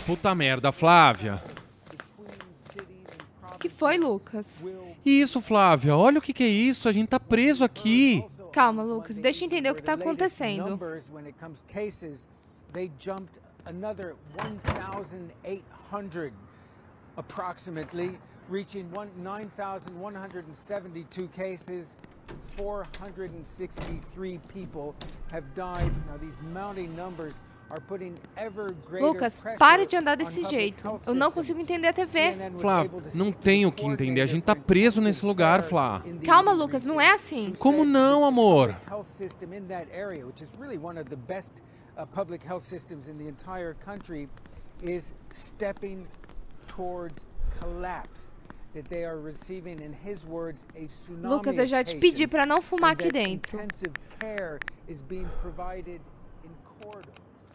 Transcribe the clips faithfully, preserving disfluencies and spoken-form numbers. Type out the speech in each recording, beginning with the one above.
Puta merda, Flávia. O que foi, Lucas? Isso, Flávia, olha o que que é isso. A gente tá preso aqui. Calma, Lucas, deixa eu entender o que tá acontecendo. They jumped another one thousand eight hundred approximately, reaching nine thousand one hundred seventy-two cases. four hundred sixty-three people have died. Now these mounting numbers are putting ever greater Lucas, pressure pare de andar on desse public jeito. health Eu não systems. consigo entender a T V. Flávia, não tem o que entender. A gente tá preso nesse lugar, Flá. Calma, Lucas, não é assim. Como não, amor? Health system in that area, which is really one of the best uh, public health systems in the entire country, is stepping towards collapse. That they are receiving, in his words, a tsunami Lucas, eu já te pedi pra não fumar aqui dentro. Intensive care is being provided in corridors.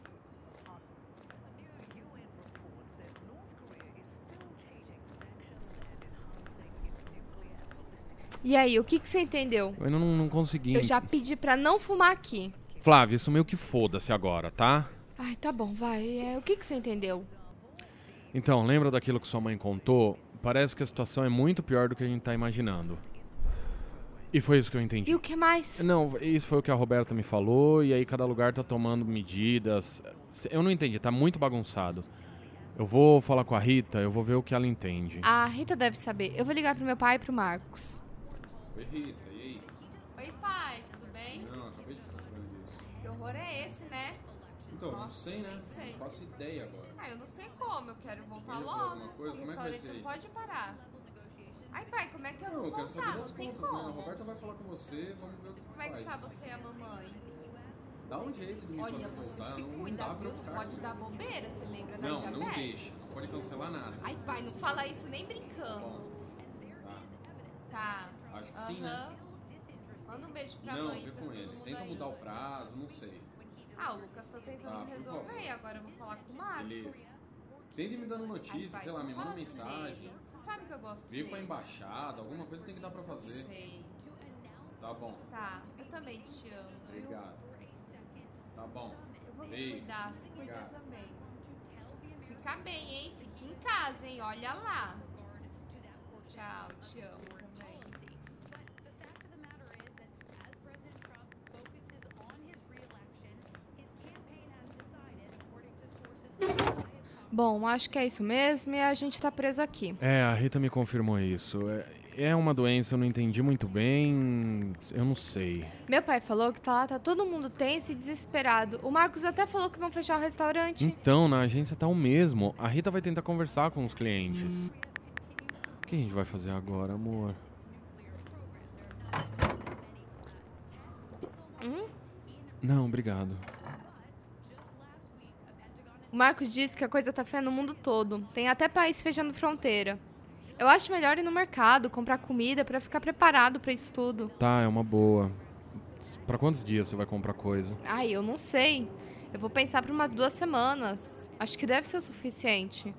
E aí, o que, que você entendeu? Eu não, não consegui. Eu já pedi pra não fumar aqui. Flávia, isso meio que foda-se agora, tá? Ai, tá bom, vai. É, o que, que você entendeu? Então, lembra daquilo que sua mãe contou? Parece que a situação é muito pior do que a gente tá imaginando. E foi isso que eu entendi. E o que mais? Não, isso foi o que a Roberta me falou, e aí cada lugar tá tomando medidas. Eu não entendi, tá muito bagunçado. Eu vou falar com a Rita, eu vou ver o que ela entende. A Rita deve saber. Eu vou ligar pro meu pai e pro Marcos. Oi, Rita, e aí? Oi, pai, tudo bem? Não, acabei de ficar sabendo disso. Que horror é esse, né? Então, Nossa, não sei, né? nem sei. Não faço ideia agora. Ah, eu não sei como, eu quero voltar Ele falou logo. alguma coisa? O Como é que vai restaurante ser não pode parar. Ai, pai, como é que eu Não, vou eu quero voltar? saber Não das tem contas, né? A como. Roberta vai falar com você, vamos ver o que Como é que faz. tá você e a mamãe? Dá um jeito de me Olha, fazer você voltar, se não, não cuida, dá pra viu? eu Não ficar pode aqui. dar bobeira, você lembra da Não, diabetes? não deixa, não pode cancelar nada. Ai, pai, não fala isso nem brincando. Bom, Tá. tá. Acho que sim, né? Aham. Manda um beijo pra Não, mãe. vê pra com todo ele. mundo Tenta aí. mudar o prazo, não sei. Ah, o Lucas tá tentando Tá, por resolver favor. e agora eu vou falar com o Marcos. Beleza. Tente me dando Ai, notícia, pai, sei lá, você me fala manda assim mensagem. dele. Você sabe que eu gosto Veio dele. pra embaixada, alguma coisa tem que dar pra fazer. Sei. Tá bom, Tá, eu também te amo, viu? obrigado. Tá bom. Eu vou me Beijo. cuidar, se cuida Obrigado. também. Fica bem, hein? Fica em casa, hein? Olha lá. Tchau, te amo também. Bom, acho que é isso mesmo e a gente tá preso aqui. É, a Rita me confirmou isso. É, é uma doença, eu não entendi muito bem. Eu não sei. Meu pai falou que tá lá, tá todo mundo tenso e desesperado. O Marcos até falou que vão fechar o restaurante. Então, na agência tá o mesmo. A Rita vai tentar conversar com os clientes. O que a gente vai fazer agora, amor? Hum? Não, obrigado. O Marcos disse que a coisa tá feia no mundo todo. Tem até país fechando fronteira. Eu acho melhor ir no mercado, comprar comida pra ficar preparado pra isso tudo. Tá, é uma boa. Pra quantos dias você vai comprar coisa? Ai, eu não sei. Eu vou pensar por umas duas semanas. Acho que deve ser o suficiente.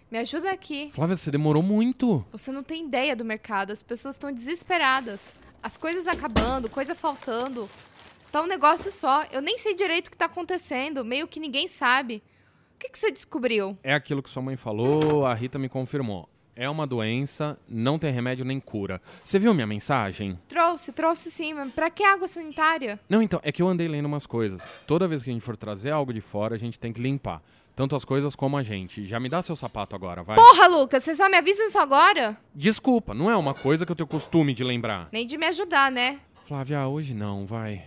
Me ajuda aqui. Flávia, você demorou muito. Você não tem ideia do mercado. As pessoas estão desesperadas. As coisas acabando, coisa faltando. Tá um negócio só. Eu nem sei direito o que tá acontecendo. Meio que ninguém sabe. O que, que você descobriu? É aquilo que sua mãe falou, a Rita me confirmou. É uma doença, não tem remédio nem cura. Você viu minha mensagem? Trouxe, trouxe sim, mas pra que água sanitária? Não, então, é que eu andei lendo umas coisas. Toda vez que a gente for trazer algo de fora, a gente tem que limpar. Tanto as coisas como a gente. Já me dá seu sapato agora, vai. Porra, Lucas, você só me avisa isso agora? Desculpa, não é uma coisa que eu tenho costume de lembrar. Nem de me ajudar, né? Flávia, hoje não, vai.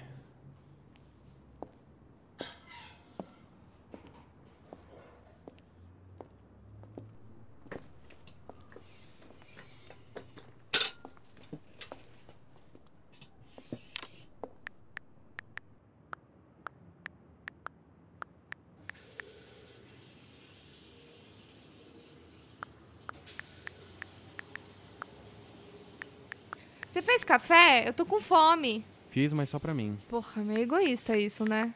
Você fez café? Eu tô com fome. Fiz, mas só pra mim. Porra, meio egoísta isso, né?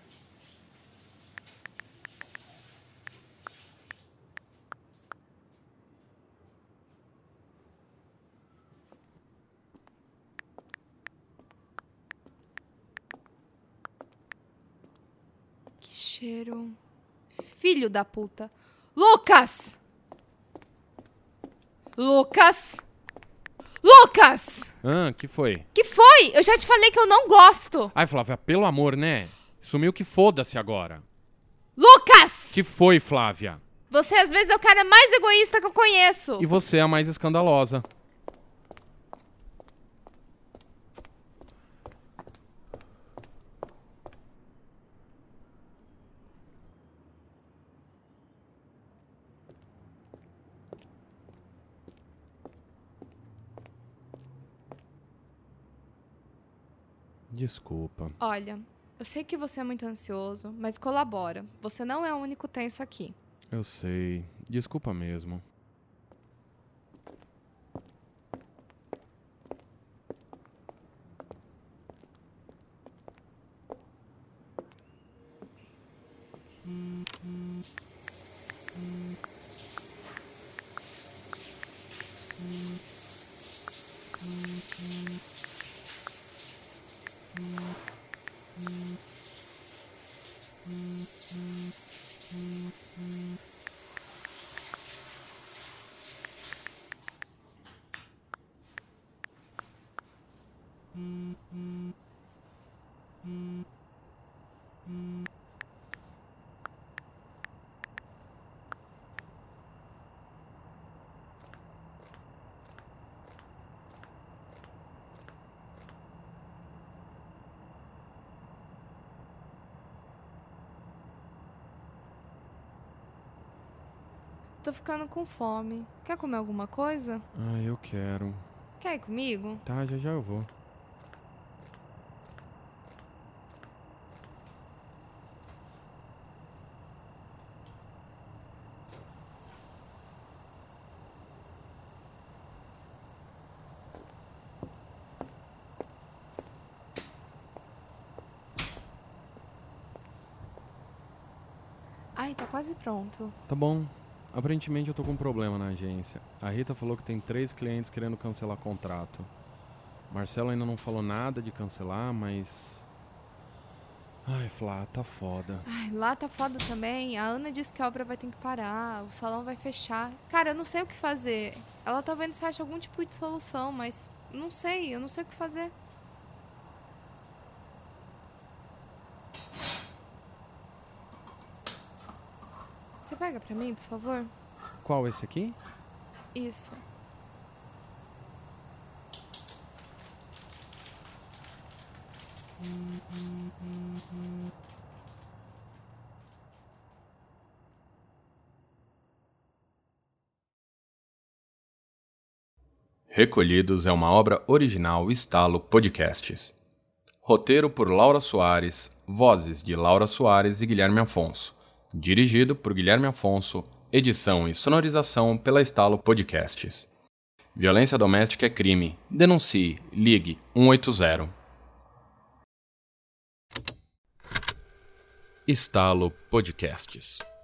Que cheiro. Filho da puta. Lucas! Lucas! Lucas! Ah, que foi? Que foi? Eu já te falei que eu não gosto. Ai, Flávia, pelo amor, né? Sumiu que foda-se agora. Lucas! Que foi, Flávia? Você às vezes é o cara mais egoísta que eu conheço. E você é a mais escandalosa. Desculpa. Olha, eu sei que você é muito ansioso, mas colabora. Você não é o único tenso aqui. Eu sei. Desculpa mesmo. Tô ficando com fome. Quer comer alguma coisa? Ah, eu quero. Quer ir comigo? Tá, já já eu vou. Ai, tá quase pronto. Tá bom. Aparentemente eu tô com um problema na agência. A Rita falou que tem três clientes querendo cancelar contrato. Marcelo ainda não falou nada de cancelar, mas... Ai, Flá, tá foda. Ai, lá tá foda também. A Ana disse que a obra vai ter que parar, o salão vai fechar. Cara, eu não sei o que fazer. Ela tá vendo se acha algum tipo de solução, mas não sei, eu não sei o que fazer. Você pega pra mim, por favor? Qual, esse aqui? Isso. Recolhidos é uma obra original Estalo Podcasts. Roteiro por Laura Soares, vozes de Laura Soares e Guilherme Afonso. Dirigido por Guilherme Afonso, edição e sonorização pela Estalo Podcasts. Violência doméstica é crime. Denuncie. Ligue um oito zero. Estalo Podcasts.